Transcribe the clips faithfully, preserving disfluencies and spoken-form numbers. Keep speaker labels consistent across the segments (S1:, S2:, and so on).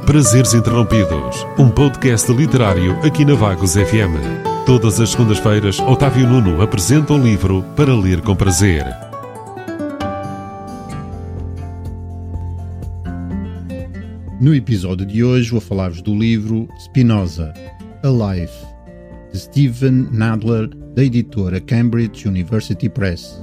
S1: Prazeres Interrompidos, um podcast literário aqui na Vagos F M. Todas as segundas-feiras, Otávio Nuno apresenta um livro para ler com prazer.
S2: No episódio de hoje vou falar-vos do livro Spinoza, A Life, de Stephen Nadler, da editora Cambridge University Press.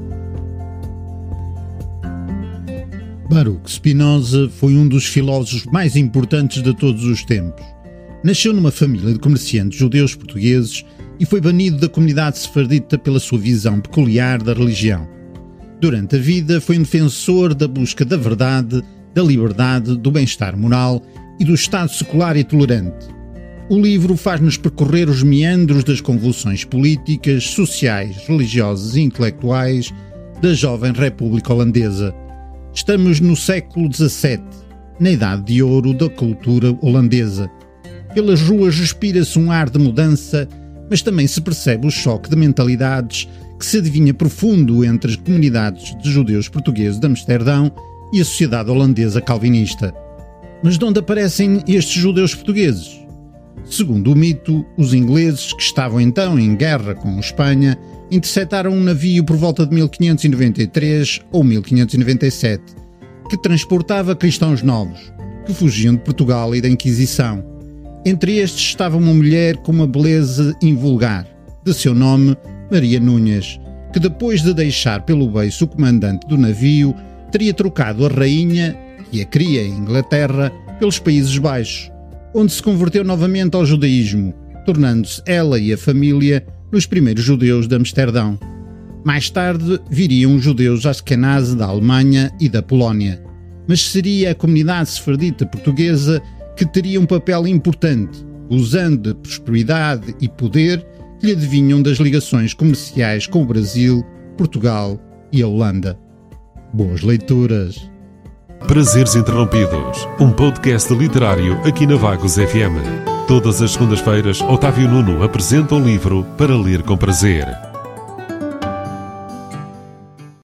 S2: Baruch Spinoza foi um dos filósofos mais importantes de todos os tempos. Nasceu numa família de comerciantes judeus portugueses e foi banido da comunidade sefardita pela sua visão peculiar da religião. Durante a vida foi um defensor da busca da verdade, da liberdade, do bem-estar moral e do Estado secular e tolerante. O livro faz-nos percorrer os meandros das convulsões políticas, sociais, religiosas e intelectuais da jovem República Holandesa. Estamos no século dezassete, na idade de ouro da cultura holandesa. Pelas ruas respira-se um ar de mudança, mas também se percebe o choque de mentalidades que se adivinha profundo entre as comunidades de judeus portugueses de Amsterdão e a sociedade holandesa calvinista. Mas de onde aparecem estes judeus portugueses? Segundo o mito, os ingleses, que estavam então em guerra com a Espanha, interceptaram um navio por volta de mil quinhentos e noventa e três ou mil quinhentos e noventa e sete, que transportava cristãos novos, que fugiam de Portugal e da Inquisição. Entre estes estava uma mulher com uma beleza invulgar, de seu nome Maria Núñez, que depois de deixar pelo beiço o comandante do navio, teria trocado a rainha, que a cria em Inglaterra, pelos Países Baixos, onde se converteu novamente ao judaísmo, tornando-se ela e a família nos primeiros judeus de Amsterdão. Mais tarde viriam os judeus Ashkenazi da Alemanha e da Polónia, mas seria a comunidade sefardita portuguesa que teria um papel importante, usando de prosperidade e poder que lhe adivinham das ligações comerciais com o Brasil, Portugal e a Holanda. Boas leituras!
S1: Prazeres Interrompidos, um podcast literário aqui na Vagos F M. Todas as segundas-feiras, Otávio Nuno apresenta um livro para ler com prazer.